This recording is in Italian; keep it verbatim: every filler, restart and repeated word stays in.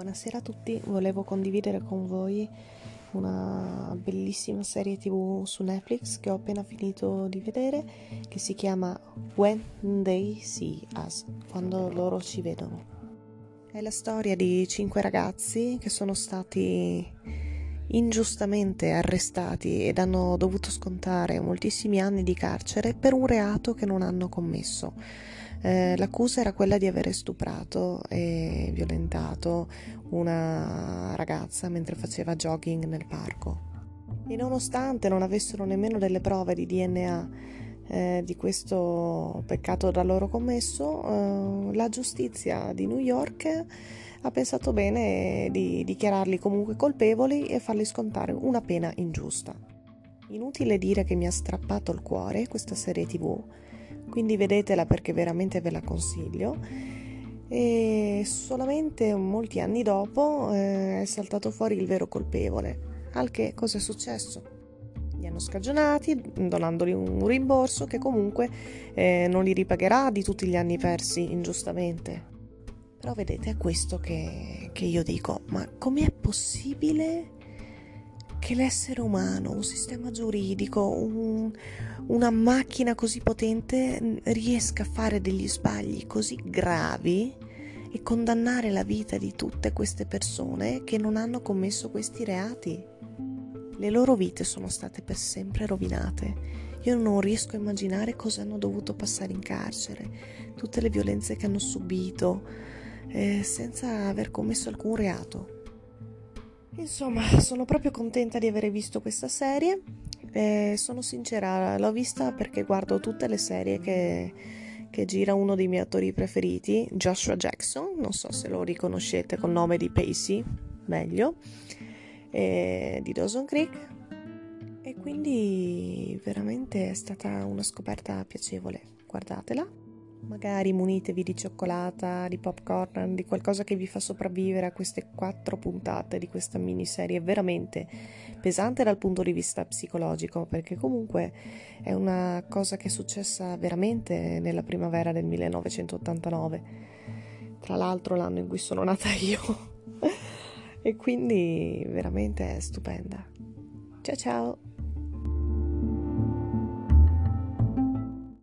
Buonasera a tutti, volevo condividere con voi una bellissima serie tv su Netflix che ho appena finito di vedere, che si chiama When They See Us, quando loro ci vedono. È la storia di cinque ragazzi che sono stati ingiustamente arrestati ed hanno dovuto scontare moltissimi anni di carcere per un reato che non hanno commesso. Eh, l'accusa era quella di avere stuprato e violentato una ragazza mentre faceva jogging nel parco. E nonostante non avessero nemmeno delle prove di D N A eh, di questo peccato da loro commesso, eh, la giustizia di New York ha pensato bene di dichiararli comunque colpevoli e farli scontare una pena ingiusta. Inutile dire che mi ha strappato il cuore questa serie tv, quindi vedetela perché veramente ve la consiglio. E solamente molti anni dopo eh, è saltato fuori il vero colpevole. Al che cosa è successo? Li hanno scagionati donandogli un rimborso che comunque eh, non li ripagherà di tutti gli anni persi ingiustamente. Però vedete, è questo che, che io dico, ma com'è possibile che l'essere umano, un sistema giuridico, un, una macchina così potente riesca a fare degli sbagli così gravi e condannare la vita di tutte queste persone che non hanno commesso questi reati? Le loro vite sono state per sempre rovinate. Io non riesco a immaginare cosa hanno dovuto passare in carcere, tutte le violenze che hanno subito, eh, senza aver commesso alcun reato. Insomma, sono proprio contenta di aver visto questa serie. Eh, sono sincera, l'ho vista perché guardo tutte le serie che, che gira uno dei miei attori preferiti, Joshua Jackson, non so se lo riconoscete col nome di Pacey, meglio, eh, di Dawson's Creek, e quindi veramente è stata una scoperta piacevole. Guardatela. Magari munitevi di cioccolata, di popcorn, di qualcosa che vi fa sopravvivere a queste quattro puntate di questa miniserie veramente pesante dal punto di vista psicologico, perché comunque è una cosa che è successa veramente nella primavera del millenovecentottantanove, tra l'altro l'anno in cui sono nata io, e quindi veramente è stupenda. Ciao ciao!